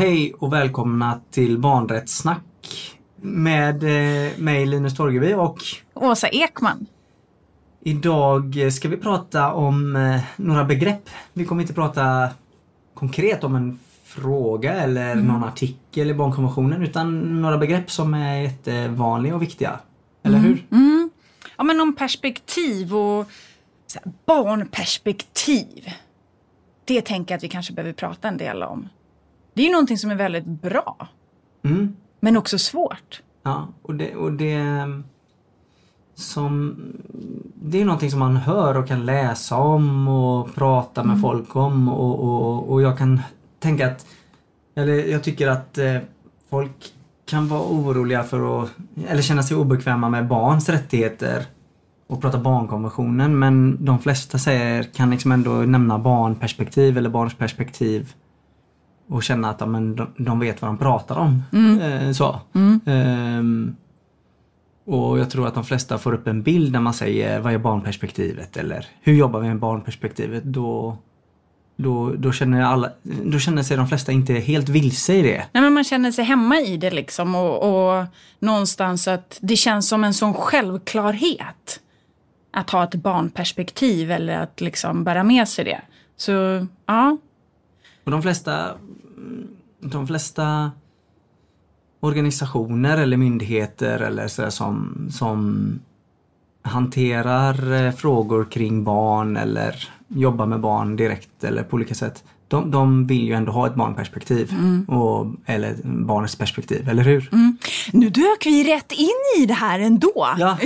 hej och välkomna till Barnrättssnack med mig Linus Torgeby och Åsa Ekman. Idag ska vi prata om några begrepp. Vi kommer inte prata konkret om en fråga eller någon artikel i barnkonventionen utan några begrepp som är jättevanliga och viktiga. Eller hur? Mm. Ja, men om perspektiv och så här, barnperspektiv. Det tänker jag att vi kanske behöver prata en del om. Det är ju någonting som är väldigt bra. Men också svårt. Ja, och det är någonting som man hör och kan läsa om och prata med folk om och jag kan tänka att jag tycker att folk kan vara oroliga för att eller känna sig obekväma med barns rättigheter och prata barnkonventionen, men de flesta kan liksom ändå nämna barnperspektiv eller barns perspektiv och känna att de vet vad de pratar om. Och jag tror att de flesta får upp en bild när man säger vad är barnperspektivet eller hur jobbar vi med barnperspektivet, då känner sig de flesta inte helt vilse i det. Nej, men man känner sig hemma i det liksom och någonstans att det känns som en sån självklarhet att ha ett barnperspektiv eller att liksom bära med sig det. Så ja. Och de flesta organisationer eller myndigheter eller så som hanterar frågor kring barn eller jobbar med barn direkt eller på olika sätt, de vill ju ändå ha ett barnperspektiv eller barnets perspektiv, eller hur? Nu dök vi rätt in i det här ändå. Ja.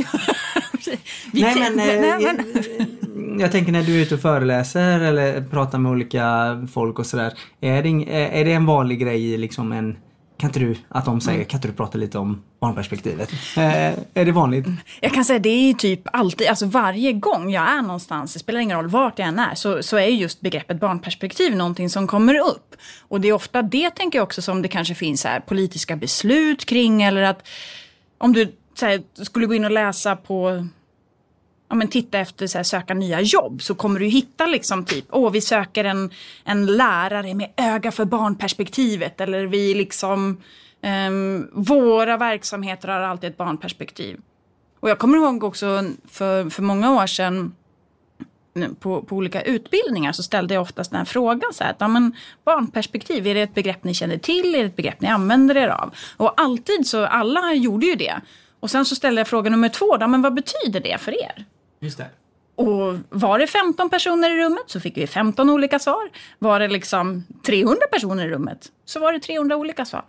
Jag tänker när du är ute och föreläser eller pratar med olika folk och sådär, är det en vanlig grej liksom kan inte du prata lite om barnperspektivet? Är det vanligt? Jag kan säga det är typ alltid, alltså varje gång jag är någonstans, det spelar ingen roll vart jag än är, så är just begreppet barnperspektiv någonting som kommer upp. Och det är ofta det, tänker jag också, som det kanske finns här politiska beslut kring, eller att om du skulle gå in och läsa på, titta efter söka nya jobb, så kommer du hitta liksom typ, vi söker en lärare med öga för barnperspektivet, eller vi liksom våra verksamheter har alltid ett barnperspektiv. Och jag kommer ihåg också för många år sedan på olika utbildningar så ställde jag oftast den här frågan så här, att barnperspektiv, är det ett begrepp ni känner till, är det ett begrepp ni använder er av? Och alltid så, alla gjorde ju det. Och sen så ställde jag fråga nummer 2 då, men vad betyder det för er? Just det. Och var det 15 personer i rummet så fick vi 15 olika svar. Var det liksom 300 personer i rummet så var det 300 olika svar.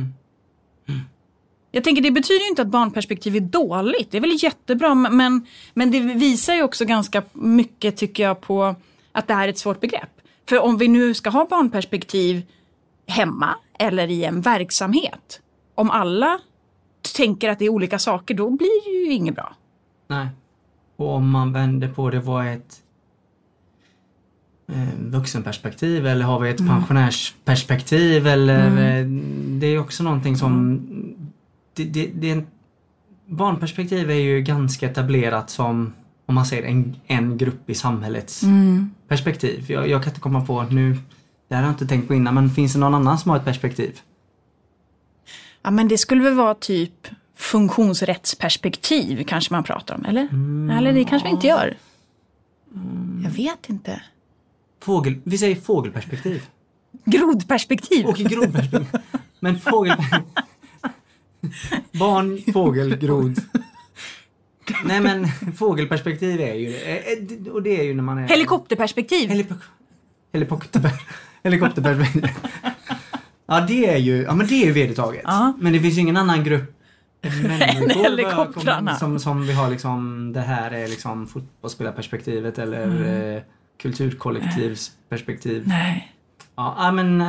Jag tänker, det betyder ju inte att barnperspektiv är dåligt. Det är väl jättebra, men det visar ju också ganska mycket, tycker jag, på att det här är ett svårt begrepp. För om vi nu ska ha barnperspektiv hemma eller i en verksamhet, om alla tänker att det är olika saker, då blir det ju inget bra. Nej. Och om man vänder på det, vad är ett vuxenperspektiv eller har vi ett pensionärsperspektiv eller det är också någonting som barnperspektiv är ju ganska etablerat som, om man säger en grupp i samhällets perspektiv. Jag kan inte komma på nu, det har jag inte tänkt på innan, men finns det någon annan som har ett perspektiv? Ja, men det skulle väl vara typ funktionsrättsperspektiv kanske man pratar om, eller? Eller det kanske vi inte gör. Jag vet inte. Vi säger fågelperspektiv. Grodperspektiv. Och grodperspektiv. Men barn, fågel, grod. Nej, men fågelperspektiv är ju det. Och det är ju när man är... Helikopterperspektiv. Helikopterperspektiv. Ja, det är ju vedertaget. Ja. Men det finns ju ingen annan grupp människor som vi har liksom, det här är liksom fotbollsspelarperspektivet eller kulturkollektivsperspektiv. Nej. Ja, men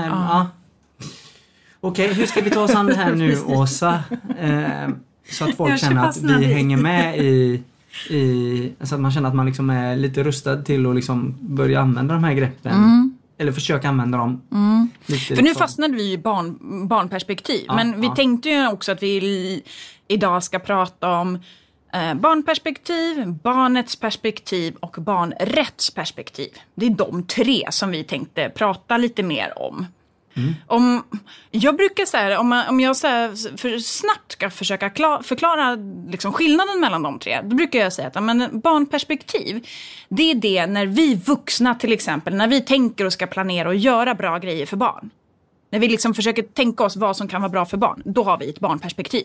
Okej, hur ska vi ta oss an det här nu, Åsa? Så att folk känner att vi hänger med i så att man känner att man liksom är lite rustad till att liksom börja använda de här greppen. Eller försöka använda dem. Lite för nu fastnade vi i barnperspektiv. Men vi tänkte ju också att vi idag ska prata om barnperspektiv, barnets perspektiv och barnrättsperspektiv. Det är de 3 som vi tänkte prata lite mer om. Jag brukar så här, om jag så här, för snabbt ska försöka förklara liksom skillnaden mellan de tre, då brukar jag säga att barnperspektiv, det är det när vi vuxna till exempel, när vi tänker och ska planera och göra bra grejer för barn. När vi liksom försöker tänka oss vad som kan vara bra för barn, då har vi ett barnperspektiv.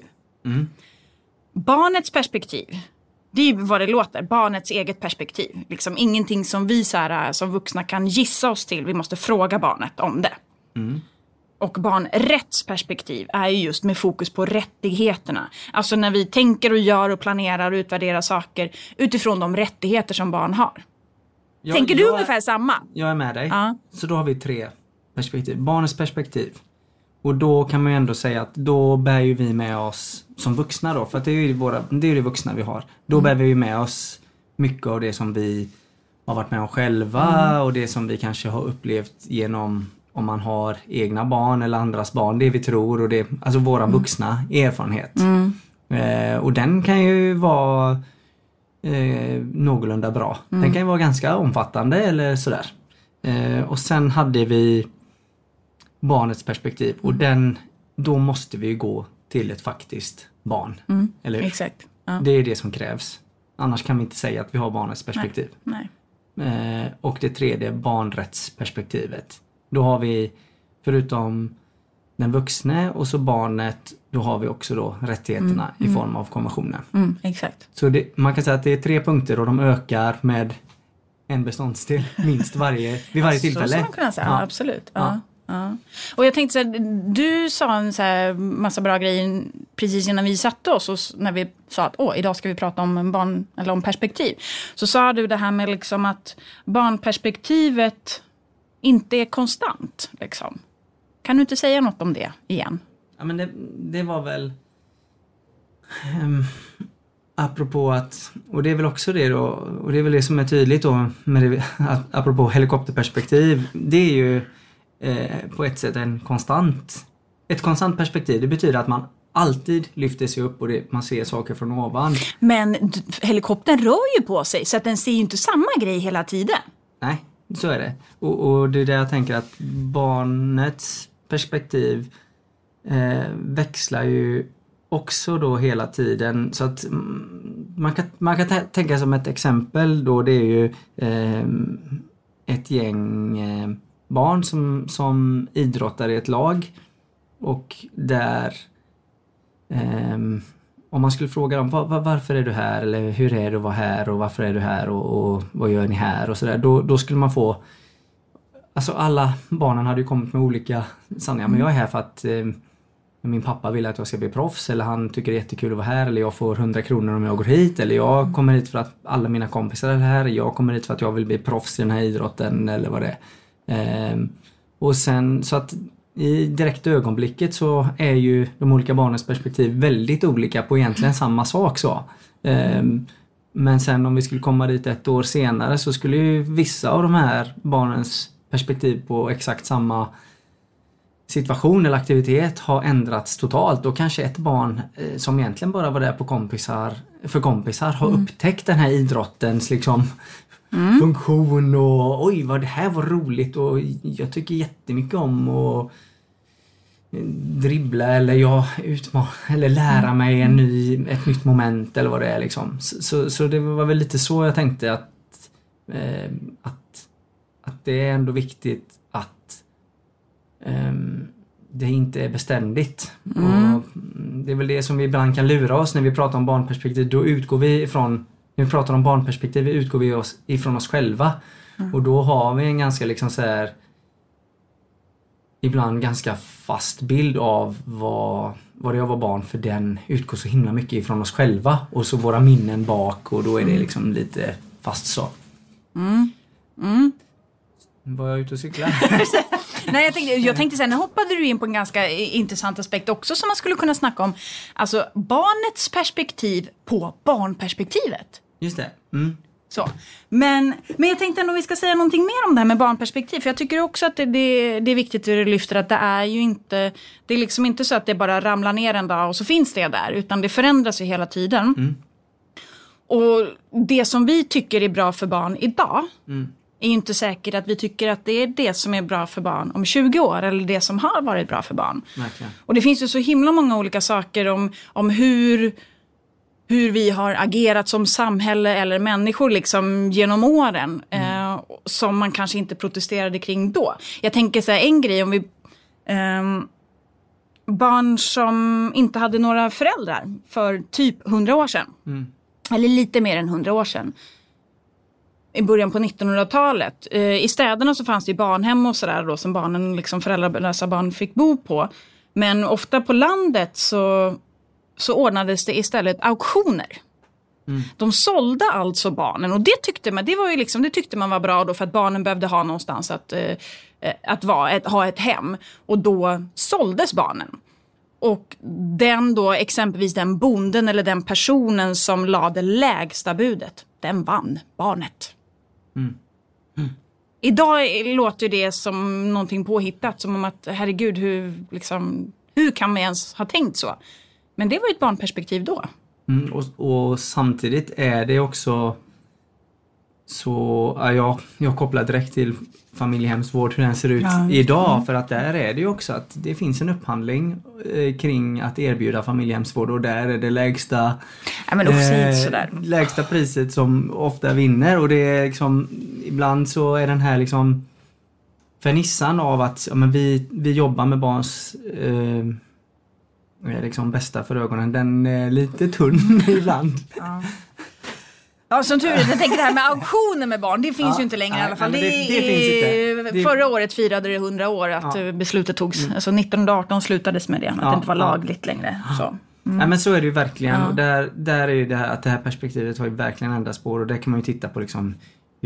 Barnets perspektiv, det är ju vad det låter, barnets eget perspektiv. Liksom ingenting som vi så här, som vuxna kan gissa oss till, vi måste fråga barnet om det. Och barnrättsperspektiv är ju just med fokus på rättigheterna. Alltså när vi tänker och gör och planerar och utvärderar saker utifrån de rättigheter som barn har. Tänker du ungefär samma? Jag är med dig. Så då har vi 3 perspektiv. Barnets perspektiv. Och då kan man ju ändå säga att då bär ju vi med oss som vuxna då. För att det är ju det vuxna vi har. Då bär vi ju med oss mycket av det som vi har varit med om själva. Och det som vi kanske har upplevt genom om man har egna barn eller andras barn. Det vi tror och det, alltså våra vuxna erfarenhet. Och den kan ju vara någorlunda bra. Den kan ju vara ganska omfattande eller sådär. Och sen hade vi barnets perspektiv. Och då måste vi ju gå till ett faktiskt barn. Eller hur? Exakt. Ja. Det är det som krävs. Annars kan vi inte säga att vi har barnets perspektiv. Nej. Och det 3, barnrättsperspektivet. Då har vi förutom den vuxne och så barnet, då har vi också då rättigheterna i form av konventionen. Exakt. Så man kan säga att det är 3 punkter och de ökar med en beståndsdel minst vid varje tillfälle. Så man kan säga, ja, absolut. Ja. Ja. Och jag tänkte så här, du sa en så här massa bra grejer precis innan vi satte oss och när vi sa att idag ska vi prata om barn eller om perspektiv. Så sa du det här med liksom att barnperspektivet inte är konstant liksom. Kan du inte säga något om det igen? Ja, men det var väl apropå att, och det är väl också det då, och det är väl det som är tydligt då med det, apropå helikopterperspektiv, det är ju på ett sätt ett konstant perspektiv. Det betyder att man alltid lyfter sig upp och man ser saker från ovan. Men helikoptern rör ju på sig så att den ser ju inte samma grej hela tiden. Nej, så är det. Och det är där jag tänker att barnets perspektiv växlar ju också då hela tiden. Så att man kan tänka som ett exempel då, det är ju ett gäng barn som idrottar i ett lag och där om man skulle fråga dem varför är du här eller hur är det att vara här och varför är du här och vad gör ni här och sådär, då skulle man få, alltså alla barnen hade ju kommit med olika sanningar, men jag är här för att min pappa vill att jag ska bli proffs, eller han tycker det är jättekul att vara här, eller jag får 100 kronor om jag går hit, eller jag kommer hit för att alla mina kompisar är här, jag kommer hit för att jag vill bli proffs i den här idrotten eller vad det är. Och sen så att i direkt ögonblicket så är ju de olika barnens perspektiv väldigt olika på egentligen samma sak så. Men sen om vi skulle komma dit ett år senare så skulle ju vissa av de här barnens perspektiv på exakt samma situation eller aktivitet har ändrats totalt. Då kanske ett barn som egentligen bara var där på kompisar har upptäckt den här idrottens liksom funktion och oj vad det här var roligt och jag tycker jättemycket om att dribbla eller lära mig ett nytt moment eller vad det är liksom. Så det var väl lite så jag tänkte att det är ändå viktigt att det inte är beständigt. Och det är väl det som vi ibland kan lura oss när vi pratar om barnperspektiv. Då utgår vi ifrån, när vi pratar om barnperspektiv, utgår vi ifrån oss själva. Och då har vi en ganska liksom så här, ibland ganska fast bild av vad det är att vara barn, för den utgår så himla mycket ifrån oss själva och så våra minnen bak, och då är det liksom lite fast så. Var jag ute och cykla? Nej, jag tänkte sen hoppade du in på en ganska intressant aspekt också som man skulle kunna snacka om. Alltså barnets perspektiv på barnperspektivet. Just det. Så. Men jag tänkte ändå vi ska säga någonting mer om det här med barnperspektiv. För jag tycker också att det är viktigt att du lyfter att det är ju inte, det är liksom inte så att det bara ramlar ner en dag och så finns det där. Utan det förändras ju hela tiden. Och det som vi tycker är bra för barn idag är ju inte säkert att vi tycker att det är det som är bra för barn om 20 år. Eller det som har varit bra för barn. Verkligen. Och det finns ju så himla många olika saker om hur vi har agerat som samhälle eller människor liksom genom åren. Som man kanske inte protesterade kring då. Jag tänker så här, en grej om vi... barn som inte hade några föräldrar för typ 100 år sedan. Eller lite mer än 100 år sedan. I början på 1900-talet. I städerna så fanns det ju barnhem och sådär då som barnen, liksom föräldralösa barn fick bo på. Men ofta på landet så ordnades det istället auktioner. De sålde alltså barnen och det tyckte man var bra då för att barnen behövde ha någonstans att ha ett hem. Och då såldes barnen. Och den då, exempelvis den bonden eller den personen som lade lägsta budet, den vann barnet. Idag låter det som någonting påhittat, som om att herregud, hur kan man ens ha tänkt så? Men det var ett barnperspektiv då. Och samtidigt är det också så, jag kopplar direkt till familjehemsvård, hur den ser ut idag. För att där är det ju också att det finns en upphandling kring att erbjuda familjehemsvård. Och där är det lägsta priset som ofta vinner. Och det är liksom, ibland så är den här liksom fernissan av att vi jobbar med barns liksom bästa för ögonen. Den är lite tunn ibland. Ja, som tur är, jag tänker det här med auktioner med barn, det finns ju inte längre i alla fall. Det finns inte. Förra året firade det 100 år att beslutet togs. Alltså 1918 slutades med det, att det inte var lagligt längre. Så. Ja, men så är det ju verkligen. Och där är ju det här, att det här perspektivet har ju verkligen ändrat spår. Och där kan man ju titta på liksom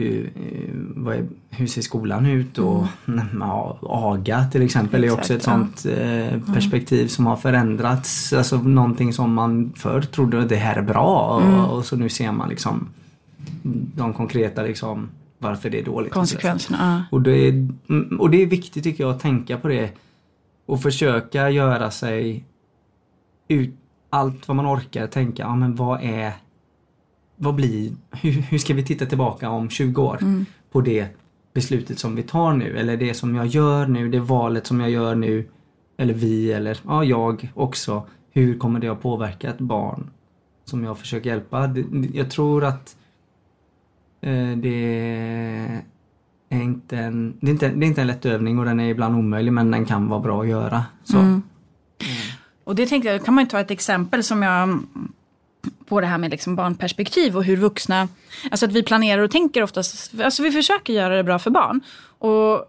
hur ser skolan ut och AGA till exempel är också ett sånt perspektiv som har förändrats, alltså någonting som man förr trodde att det här är bra och så nu ser man liksom de konkreta liksom varför det är dåligt, konsekvenserna. Och det är viktigt tycker jag att tänka på det och försöka göra sig ut allt vad man orkar tänka, men hur ska vi titta tillbaka om 20 år på det beslutet som vi tar nu, eller det som jag gör nu, det valet som jag gör nu, eller vi, eller jag också, hur kommer det att påverka ett barn som jag försöker hjälpa. Jag tror att det är inte en lätt övning och den är ibland omöjlig, men den kan vara bra att göra. Så. Och det tänkte jag, kan man ta ett exempel som jag på det här med liksom barnperspektiv och hur vuxna, alltså att vi planerar och tänker oftast, alltså vi försöker göra det bra för barn. Och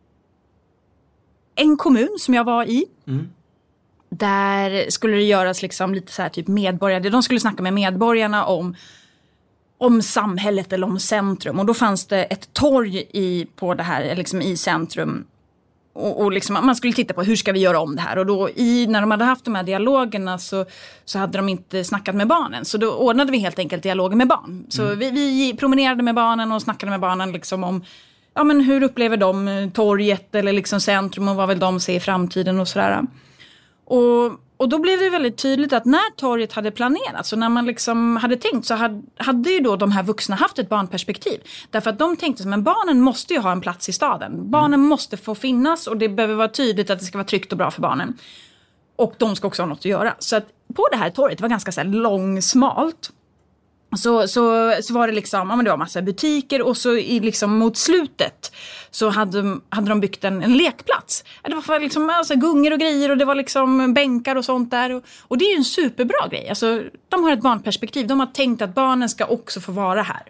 en kommun som jag var i, där skulle det göras liksom lite så här typ medborgare, de skulle snacka med medborgarna om samhället eller om centrum, och då fanns det ett torg på det här liksom i centrum. Och liksom, man skulle titta på hur ska vi göra om det här. Och då när de hade haft de här dialogerna så hade de inte snackat med barnen. Så då ordnade vi helt enkelt dialoger med barn. Så vi promenerade med barnen och snackade med barnen liksom om hur upplever de torget eller liksom centrum och vad vill de se i framtiden och sådär. Och då blev det väldigt tydligt att när torget hade planerats och när man liksom hade tänkt, så hade ju då de här vuxna haft ett barnperspektiv. Därför att de tänkte att barnen måste ju ha en plats i staden. Barnen måste få finnas och det behöver vara tydligt att det ska vara tryggt och bra för barnen. Och de ska också ha något att göra. Så att på det här torget, det var ganska så här långsmalt. Så var det liksom, det var massa butiker och så liksom mot slutet så hade de byggt en lekplats. Det var liksom alltså gungor och grejer och det var liksom bänkar och sånt där. Och det är ju en superbra grej. Alltså, de har ett barnperspektiv. De har tänkt att barnen ska också få vara här.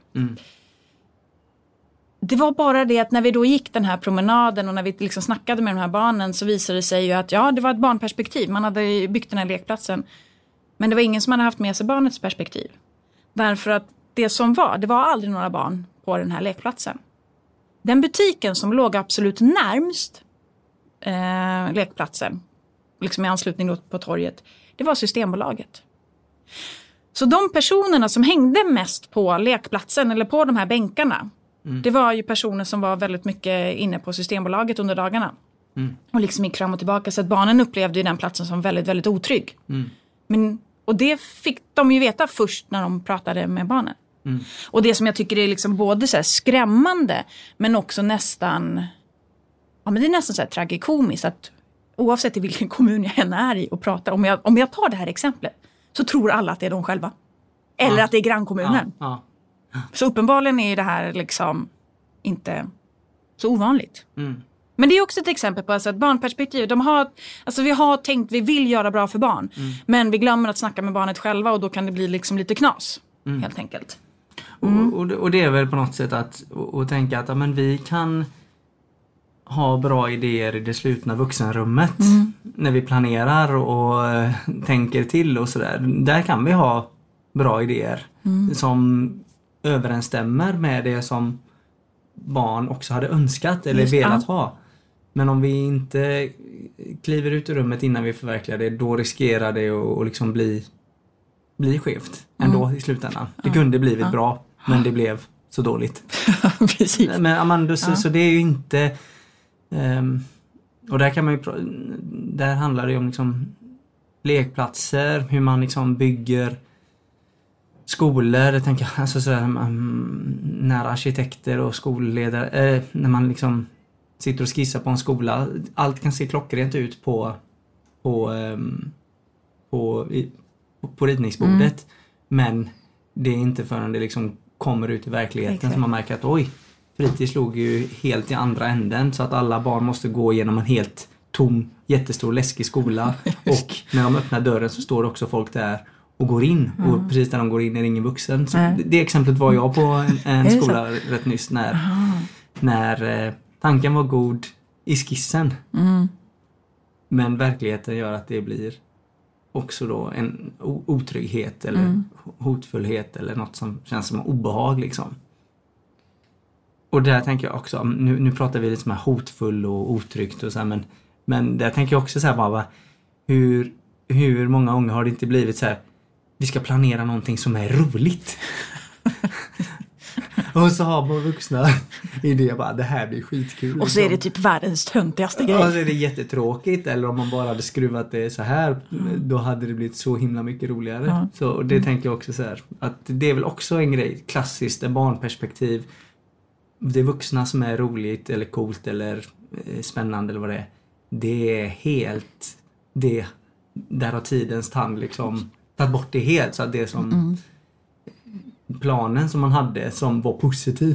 Det var bara det att när vi då gick den här promenaden och när vi liksom snackade med de här barnen så visade det sig ju att det var ett barnperspektiv. Man hade byggt den här lekplatsen. Men det var ingen som hade haft med sig barnets perspektiv. Därför att det var aldrig några barn på den här lekplatsen. Den butiken som låg absolut närmst lekplatsen, liksom i anslutning då på torget, det var Systembolaget. Så de personerna som hängde mest på lekplatsen eller på de här bänkarna, det var ju personer som var väldigt mycket inne på Systembolaget under dagarna. Och liksom gick fram och tillbaka, så att barnen upplevde ju den platsen som väldigt, väldigt otrygg. Och det fick de ju veta först när de pratade med barnen. Och det som jag tycker är liksom både så här skrämmande men också nästan, ja men det är nästan så här tragikomiskt att oavsett i vilken kommun jag än är i och pratar, om jag tar det här exemplet så tror alla att det är de själva. Eller att det är grannkommunen. Så uppenbarligen är det här liksom inte så ovanligt. Men det är också ett exempel på alltså, att barnperspektiv, vi har tänkt, vi vill göra bra för barn. Men vi glömmer att snacka med barnet själva och då kan det bli liksom lite knas. Helt enkelt. Och det är väl på något sätt att tänka att men vi kan ha bra idéer i det slutna vuxenrummet när vi planerar och tänker till och sådär. Där kan vi ha bra idéer som överensstämmer med det som barn också hade önskat eller velat ha. Men om vi inte kliver ut ur rummet innan vi förverkligar det, då riskerar det att liksom bli skevt ändå i slutändan. Det kunde blivit bra, men det blev så dåligt. Precis. Men Amanda, så det är ju inte... och där kan man ju... Där handlar det om liksom lekplatser, hur man liksom bygger skolor. Jag tänker alltså sådär, när arkitekter och skolledare... när man liksom sitter och skissar på en skola. Allt kan se klockrent ut på ritningsbordet. Men det är inte förrän det liksom kommer ut i verkligheten som man märker att fritids låg ju helt i andra änden så att alla barn måste gå igenom en helt tom, jättestor, läskig skola. Och när de öppnar dörren så står det också folk där och går in. Och precis när de går in är det ingen vuxen. Så det exemplet var jag på en skola rätt nyss när tanken var god i skissen. Men verkligheten gör att det blir också då en otrygghet eller hotfullhet eller något som känns som obehag liksom. Och där tänker jag också, nu pratar vi lite som hotfull och otryggt och så här, men där tänker jag också så här bara hur många gånger har det inte blivit så här, vi ska planera någonting som är roligt. Och så har man vuxna idéer bara, det här blir skitkul. Och så är det typ världens töntigaste grej. Och så är det jättetråkigt. Eller om man bara hade skruvat det så här, då hade det blivit så himla mycket roligare. Så det tänker jag också så här, att det är väl också en grej, klassiskt, barnperspektiv. Det vuxna som är roligt eller coolt eller spännande eller vad det är. Det är helt, det där har tidens tand liksom tagit bort det helt. Så att det som... planen som man hade som var positiv.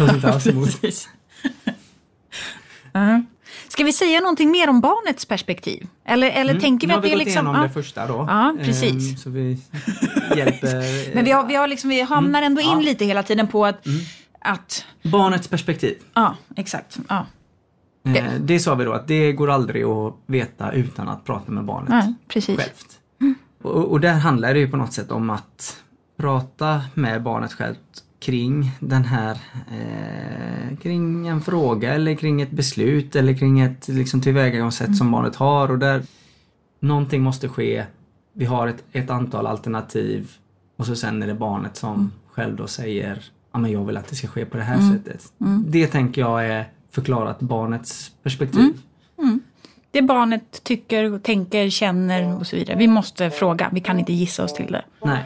Ska vi säga någonting mer om barnets perspektiv? Eller tänker vi att det är liksom... Nu har vi gått igenom det första då. Ja, precis. Så vi hjälper... Men vi hamnar ändå in lite hela tiden på att... Barnets perspektiv. Ja, exakt. Ja. Det sa vi då, att det går aldrig att veta utan att prata med barnet självt. Och där handlar det ju på något sätt om att prata med barnet självt kring den här kring en fråga eller kring ett beslut eller kring ett liksom tillvägagångssätt som barnet har, och där någonting måste ske. Vi har ett antal alternativ och så sen är det barnet som själv då säger men jag vill att det ska ske på det här sättet. Det tänker jag är förklarat barnets perspektiv. Det barnet tycker, tänker, känner och så vidare. Vi måste fråga, vi kan inte gissa oss till det. Nej.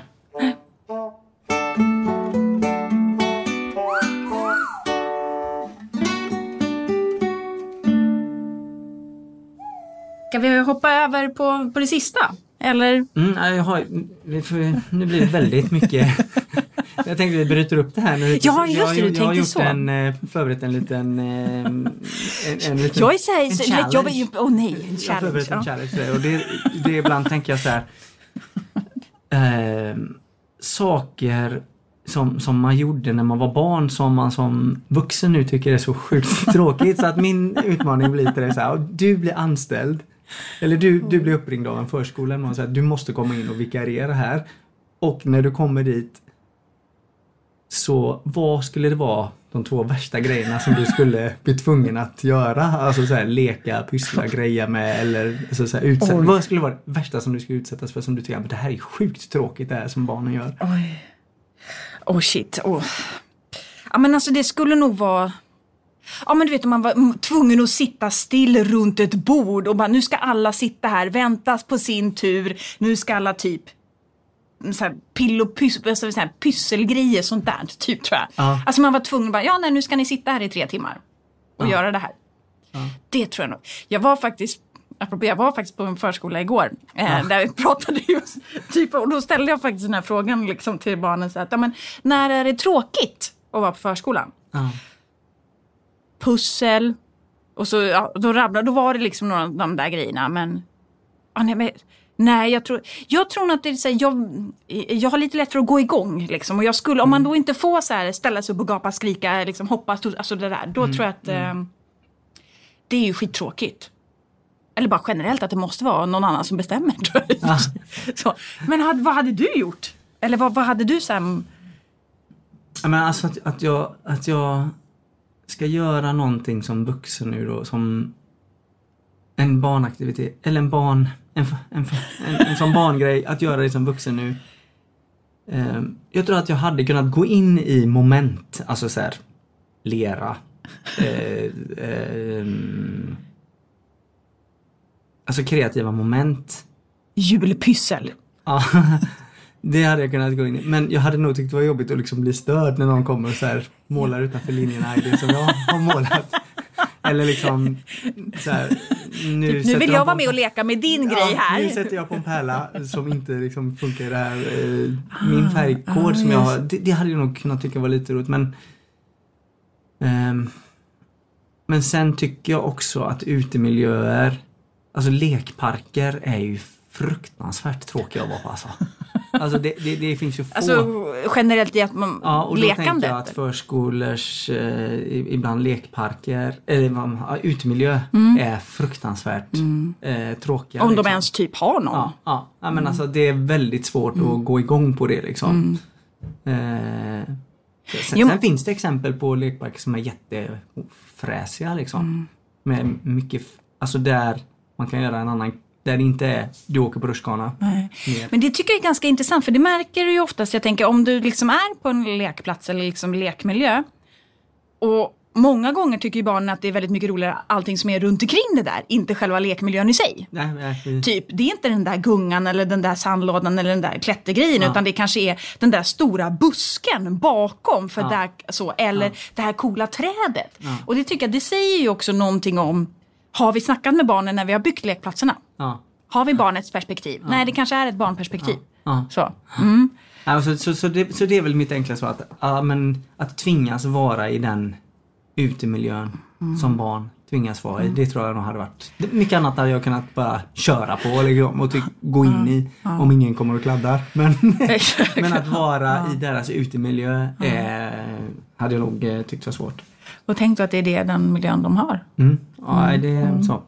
Ska vi hoppa över på det sista? Eller? Nu blir det väldigt mycket. Jag tänkte vi bryter upp det här nu. Ja, just det, du tänkte så. Jag har förberett en liten jag är så här, jag var ju, en challenge. Jag har förberett en challenge och det ibland tänker jag så här. Saker som man gjorde när man var barn som man som vuxen nu tycker är så sjukt tråkigt, så att min utmaning blir till det så här: du blir anställd eller du blir uppringd av en förskola och säger du måste komma in och vikariera här, och när du kommer dit, så vad skulle det vara de 2 värsta grejerna som du skulle bli tvungen att göra? Alltså så här, leka, pyssla, greja med, eller så här, utsätta. Vad skulle vara det värsta som du skulle utsättas för, som du tycker att det här är sjukt tråkigt, det här som barnen gör? Shit. Ja, men alltså det skulle nog vara... Ja, men du vet, om man var tvungen att sitta still runt ett bord och bara, nu ska alla sitta här, väntas på sin tur, nu ska alla typ så här pysselgrejer, sånt där typ, tror jag. Ja. Alltså man var tvungen att bara, nu ska ni sitta här i 3 timmar och göra det här. Ja. Det tror jag nog. Jag var faktiskt på en förskola igår där vi pratade just typ, och då ställde jag faktiskt den här frågan liksom till barnen så att, men när är det tråkigt att vara på förskolan? Ja. Pussel och så då var det liksom några av de där grejerna, men jag tror nog att det är så här, jag har lite lätt för att gå igång liksom, och jag skulle, om man då inte får så här ställa sig upp och gapa, skrika, liksom hoppas, alltså det där, då tror jag att det är ju skittråkigt. Eller bara generellt att det måste vara någon annan som bestämmer, tror jag. Ja. Så. Men vad hade du gjort? Eller vad hade du sen? Ja, men alltså att jag ska göra någonting som vuxen nu då, som en barnaktivitet, eller en sån barngrej, att göra det som vuxen nu. Jag tror att jag hade kunnat gå in i moment, alltså så här, lera, alltså kreativa moment. Julpyssel. Ja, det hade jag kunnat gå in i. Men jag hade nog tyckt det var jobbigt att liksom bli störd när någon kommer och så här målar utanför linjerna i det som jag har målat. Eller liksom så här, nu vill jag vara med och leka med din grej här. Nu sätter jag på en pärla som inte liksom funkar i det här. Min färgkod som jag har, det hade jag nog kunnat tycka var lite roligt. Men sen tycker jag också att utemiljöer, alltså lekparker, är ju fruktansvärt tråkiga att vara på. Alltså det finns ju få. Alltså generellt i att man och då lekandet. tänker jag att förskolors ibland lekparker eller utemiljö är fruktansvärt tråkiga. Om liksom. de ens typ har någon. Ja, men alltså det är väldigt svårt att gå igång på det liksom. Sen finns det exempel på lekparker som är jättefräsiga liksom. Med mycket, alltså där man kan göra en annan, där det inte är du åker på rutschkana. Men det tycker jag är ganska intressant, för det märker du ju oftast. Jag tänker, om du liksom är på en lekplats eller liksom lekmiljö, och många gånger tycker ju barnen att det är väldigt mycket roligare allting som är runt omkring det där, inte själva lekmiljön i sig. Nej. Typ, det är inte den där gungan eller den där sandlådan eller den där klättergrejen, utan det kanske är den där stora busken bakom för där, så, eller det här coola trädet. Och det tycker jag, det säger ju också någonting om, har vi snackat med barnen när vi har byggt lekplatserna? Har vi barnets perspektiv? Nej, det kanske är ett barnperspektiv. Så. Så det är väl mitt enkla svar, att tvingas vara i den utemiljön som barn tvingas vara i, det tror jag nog hade varit. Mycket annat hade jag kunnat bara köra på och gå in i om ingen kommer och kladdar. Men att vara i deras utemiljö hade jag nog tyckt var svårt. Och tänk då att det är den miljön de har. Ja, det är så.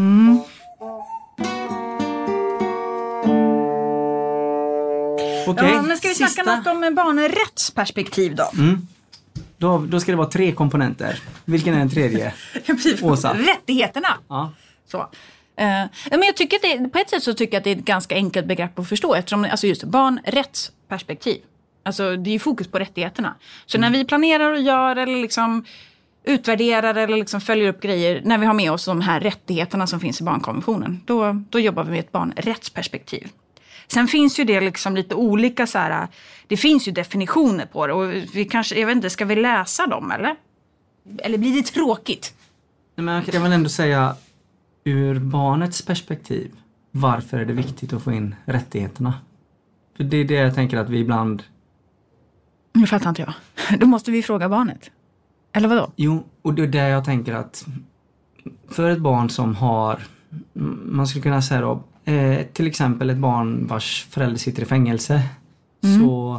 Okej, men ska vi snacka något om barnrättsperspektiv då? Då ska det vara 3 komponenter. Vilken är den tredje? Åsa. Rättigheterna. Ja. Så. Men jag tycker att på ett sätt så tycker jag att det är ett ganska enkelt begrepp att förstå, eftersom alltså just barnrättsperspektiv. Alltså det är ju fokus på rättigheterna. Så när vi planerar och gör eller liksom utvärderar eller liksom följer upp grejer, när vi har med oss de här rättigheterna som finns i barnkonventionen, då jobbar vi med ett barnrättsperspektiv. Sen finns ju det liksom lite olika så här, det finns ju definitioner på det, och vi kanske, jag vet inte, ska vi läsa dem eller? Eller blir det tråkigt? Men jag kan väl ändå säga, ur barnets perspektiv, varför är det viktigt att få in rättigheterna? För det är det jag tänker att vi ibland... Nu fattar inte jag. Då måste vi fråga barnet. Eller vadå? Jo, och det är det jag tänker att för ett barn som har, man skulle kunna säga då, till exempel ett barn vars förälder sitter i fängelse, så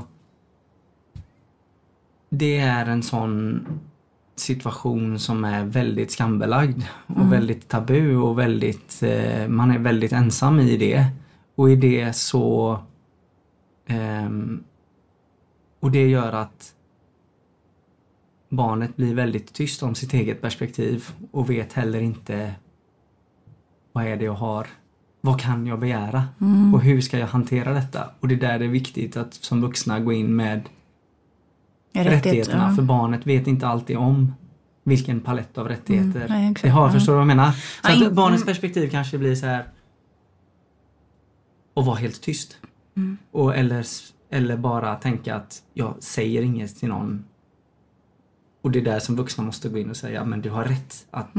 det är en sån situation som är väldigt skambelagd och väldigt tabu och väldigt, man är väldigt ensam i det, och i det så och det gör att barnet blir väldigt tyst om sitt eget perspektiv och vet heller inte vad är det jag har, vad kan jag begära och hur ska jag hantera detta, och det där är viktigt att som vuxna gå in med rättigheterna, för barnet vet inte alltid om vilken palett av rättigheter det har, förstår du vad jag menar? Så att barnets perspektiv kanske blir så här, och vara helt tyst. Eller bara tänka att jag säger inget till någon. Och det är där som vuxna måste gå in och säga, men du har rätt att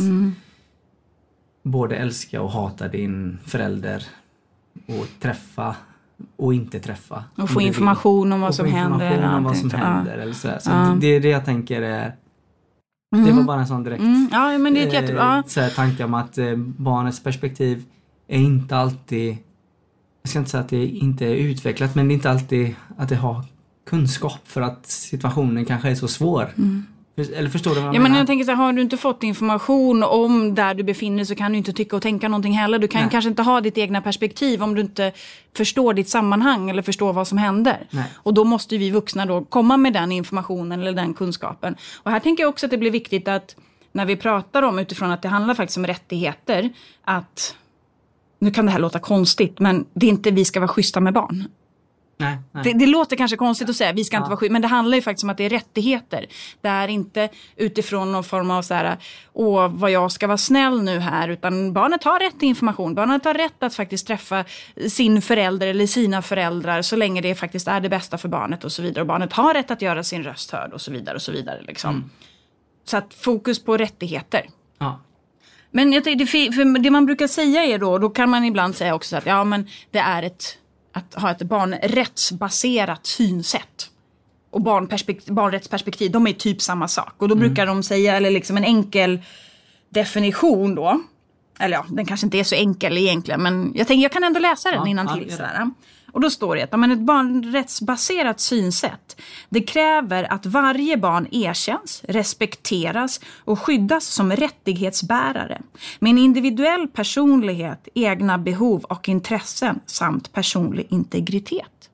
både älska och hata din förälder och träffa och inte träffa. Och få information om vad som händer. Eller sådär. Så det är det jag tänker är. Det var bara en sån direkt ja, men det är ett jättebra tanke om att barnets perspektiv är inte alltid, jag ska inte säga att det inte är utvecklat, men det är inte alltid att det har kunskap för att situationen kanske är så svår. Eller förstår du vad jag menar? Jag tänker så här, har du inte fått information om där du befinner dig så kan du inte tycka och tänka någonting heller. Du kan kanske inte ha ditt egna perspektiv om du inte förstår ditt sammanhang eller förstår vad som händer. Nej. Och då måste vi vuxna då komma med den informationen eller den kunskapen. Och här tänker jag också att det blir viktigt att när vi pratar om utifrån att det handlar faktiskt om rättigheter, att nu kan det här låta konstigt, men det är inte vi ska vara schyssta med barn. Nej. Det låter kanske konstigt att säga, vi ska inte vara sjuka, men det handlar ju faktiskt om att det är rättigheter. Det är inte utifrån någon form av så här, vad jag ska vara snäll nu här, utan barnet har rätt till information. Barnet har rätt att faktiskt träffa sin förälder eller sina föräldrar så länge det faktiskt är det bästa för barnet och så vidare. Och barnet har rätt att göra sin röst hörd och så vidare liksom. Så att fokus på rättigheter. Ja. Men jag tänkte, för det man brukar säga är då kan man ibland säga också att ja, men det är att ha ett barnrättsbaserat synsätt. Och barnrättsperspektiv, de är typ samma sak. Och då brukar de säga, eller liksom en enkel definition då. Eller ja, den kanske inte är så enkel egentligen, men jag tänker jag kan ändå läsa den innantill sådär. Och då står det att ett barnrättsbaserat synsätt, det kräver att varje barn erkänns, respekteras och skyddas som rättighetsbärare med en individuell personlighet, egna behov och intressen samt personlig integritet.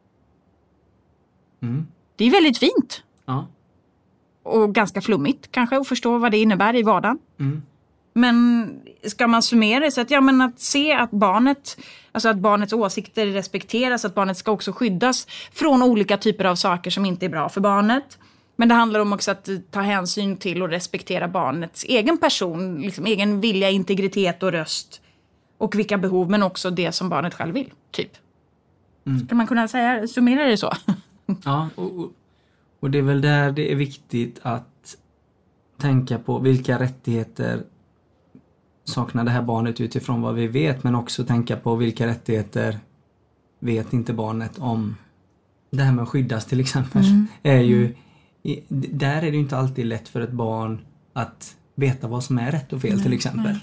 Det är väldigt fint. Ja. Och ganska flummigt kanske att förstå vad det innebär i vardagen. Men ska man summera det så att, att se att barnets åsikter respekteras, att barnet ska också skyddas från olika typer av saker som inte är bra för barnet. Men det handlar om också att ta hänsyn till och respektera barnets egen person, liksom egen vilja, integritet och röst. Och vilka behov, men också det som barnet själv vill, typ. Kan man kunna summera det så? Ja, och det är väl där det är viktigt att tänka på vilka rättigheter saknar det här barnet utifrån vad vi vet, men också tänka på vilka rättigheter vet inte barnet om. Det här med att skyddas till exempel är ju, där är det ju inte alltid lätt för ett barn att veta vad som är rätt och fel till exempel.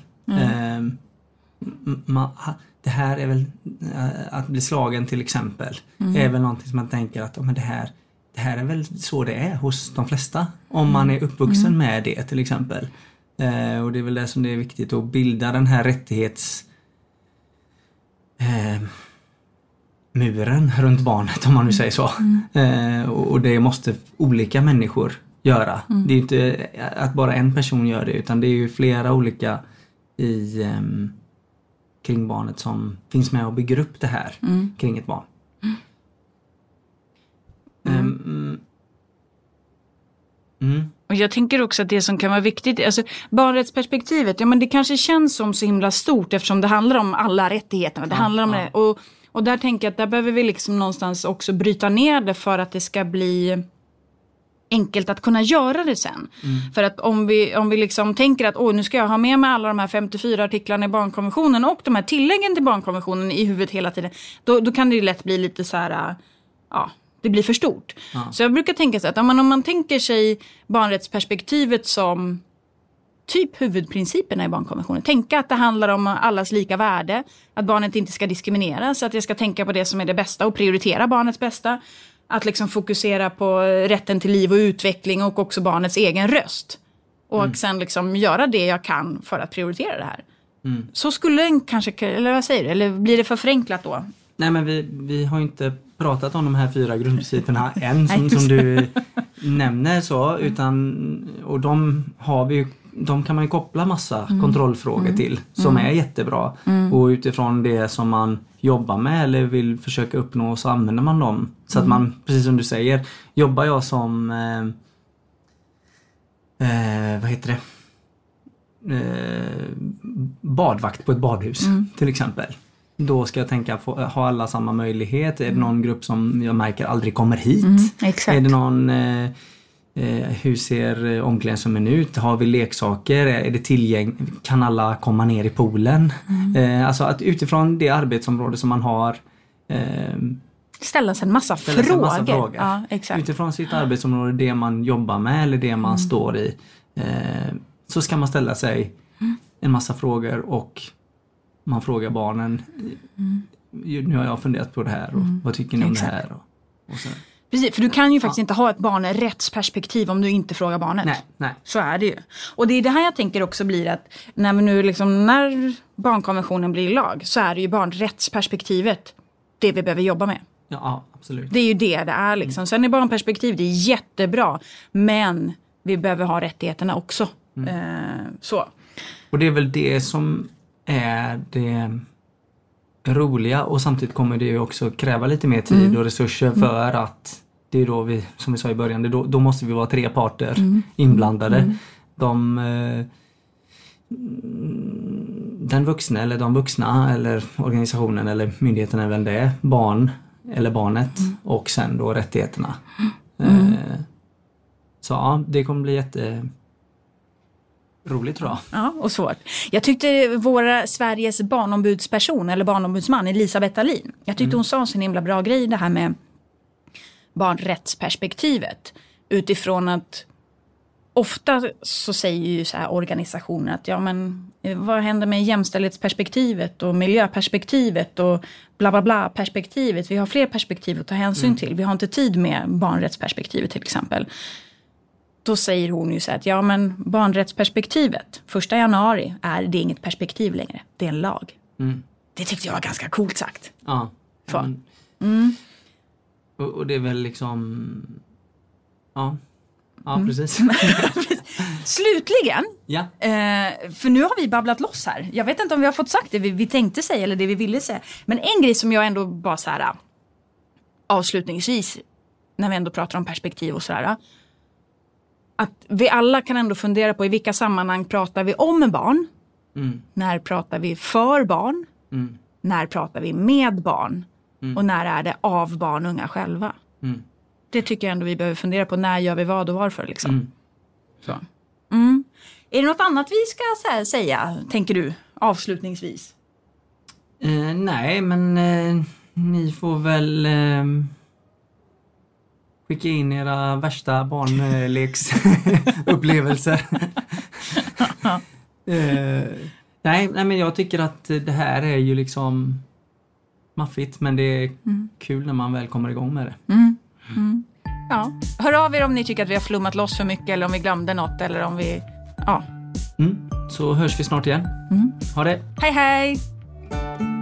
Det här är väl att bli slagen till exempel är väl någonting som man tänker att men det här är väl så det är hos de flesta om man är uppvuxen med det till exempel. Och det är väl det som det är viktigt att bilda den här muren runt barnet om man nu säger så. Och det måste olika människor göra. Det är ju inte att bara en person gör det, utan det är ju flera olika kring barnet som finns med och bygger upp det här kring ett barn. Och jag tänker också att det som kan vara viktigt, alltså barnrättsperspektivet, men det kanske känns som så himla stort eftersom det handlar om alla rättigheterna. Det handlar om det. Och där tänker jag att där behöver vi liksom någonstans också bryta ner det för att det ska bli enkelt att kunna göra det sen. För att om vi liksom tänker att nu ska jag ha med mig alla de här 54 artiklarna i barnkonventionen och de här tilläggen till barnkonventionen i huvudet hela tiden, då kan det ju lätt bli lite så här, det blir för stort. Så jag brukar tänka så att om man tänker sig barnrättsperspektivet som typ huvudprinciperna i barnkonventionen. Tänka att det handlar om allas lika värde. Att barnet inte ska diskrimineras. Att jag ska tänka på det som är det bästa och prioritera barnets bästa. Att liksom fokusera på rätten till liv och utveckling och också barnets egen röst. Och sen liksom göra det jag kan för att prioritera det här. Så skulle en kanske, eller vad säger du? Eller blir det för förenklat då? Nej, men vi har inte pratat om de här 4 grundprinciperna än som du nämner så, och de kan man ju koppla massa kontrollfrågor till som är jättebra. Och utifrån det som man jobbar med eller vill försöka uppnå så använder man dem. Så att man, precis som du säger, jobbar jag som badvakt på ett badhus till exempel. då ska jag tänka, ha alla samma möjlighet? Är det någon grupp som jag märker aldrig kommer hit? Exakt. Är det någon... hur ser omklädningsrummen ut? Har vi leksaker? Är det tillgängligt? Kan alla komma ner i poolen? Alltså att utifrån det arbetsområde som man har ställa sig en massa frågor. Ja, exakt. Utifrån sitt arbetsområde, det man jobbar med eller det man står i, så ska man ställa sig en massa frågor och man frågar barnen, nu har jag funderat på det här och vad tycker ni om det här? Och så. Precis, för du kan ju faktiskt inte ha ett barnrättsperspektiv om du inte frågar barnet. Nej. Så är det ju. Och det är det här jag tänker också blir att när barnkonventionen blir lag så är det ju barnrättsperspektivet det vi behöver jobba med. Ja, absolut. Det är ju det är liksom. Sen är barnperspektiv, det är jättebra. Men vi behöver ha rättigheterna också. Så. Och det är väl det som är det roliga, och samtidigt kommer det ju också kräva lite mer tid och resurser för att det är då vi, som vi sa i början, då måste vi vara 3 parter inblandade. Den vuxna eller de vuxna eller organisationen eller myndigheten är väl det, barn eller barnet och sen då rättigheterna. Så ja, det kommer bli roligt tror jag. Ja, och svårt. Jag tyckte Sveriges barnombudsperson eller barnombudsman Elisabeth Dahlin, jag tyckte hon sa en så himla bra grej det här med barnrättsperspektivet utifrån att ofta så säger ju så här organisationer att ja men vad händer med jämställdhetsperspektivet och miljöperspektivet och bla bla bla perspektivet. Vi har fler perspektiv att ta hänsyn till. Vi har inte tid med barnrättsperspektivet till exempel. Då säger hon ju så här att ja men barnrättsperspektivet 1 januari är det inget perspektiv längre. Det är en lag. Det tyckte jag var ganska coolt sagt. Ja. Och det är väl liksom ja precis. Slutligen, ja. För nu har vi babblat loss här. Jag vet inte om vi har fått sagt det vi tänkte säga eller det vi ville säga. Men en grej som jag ändå bara så här avslutningsvis när vi ändå pratar om perspektiv och sådär. Att vi alla kan ändå fundera på i vilka sammanhang pratar vi om barn? När pratar vi för barn? När pratar vi med barn? Och när är det av barn och unga själva? Det tycker jag ändå vi behöver fundera på. När gör vi vad och varför liksom? Så. Är det något annat vi ska säga, tänker du, avslutningsvis? Nej, men ni får väl skicka in era värsta barnleksupplevelser. Nej, men jag tycker att det här är ju liksom maffigt, men det är kul när man väl kommer igång med det. Ja, hör av er om ni tycker att vi har flummat loss för mycket eller om vi glömde något eller om vi... Ja. Så hörs vi snart igen. Ha det. Hej hej!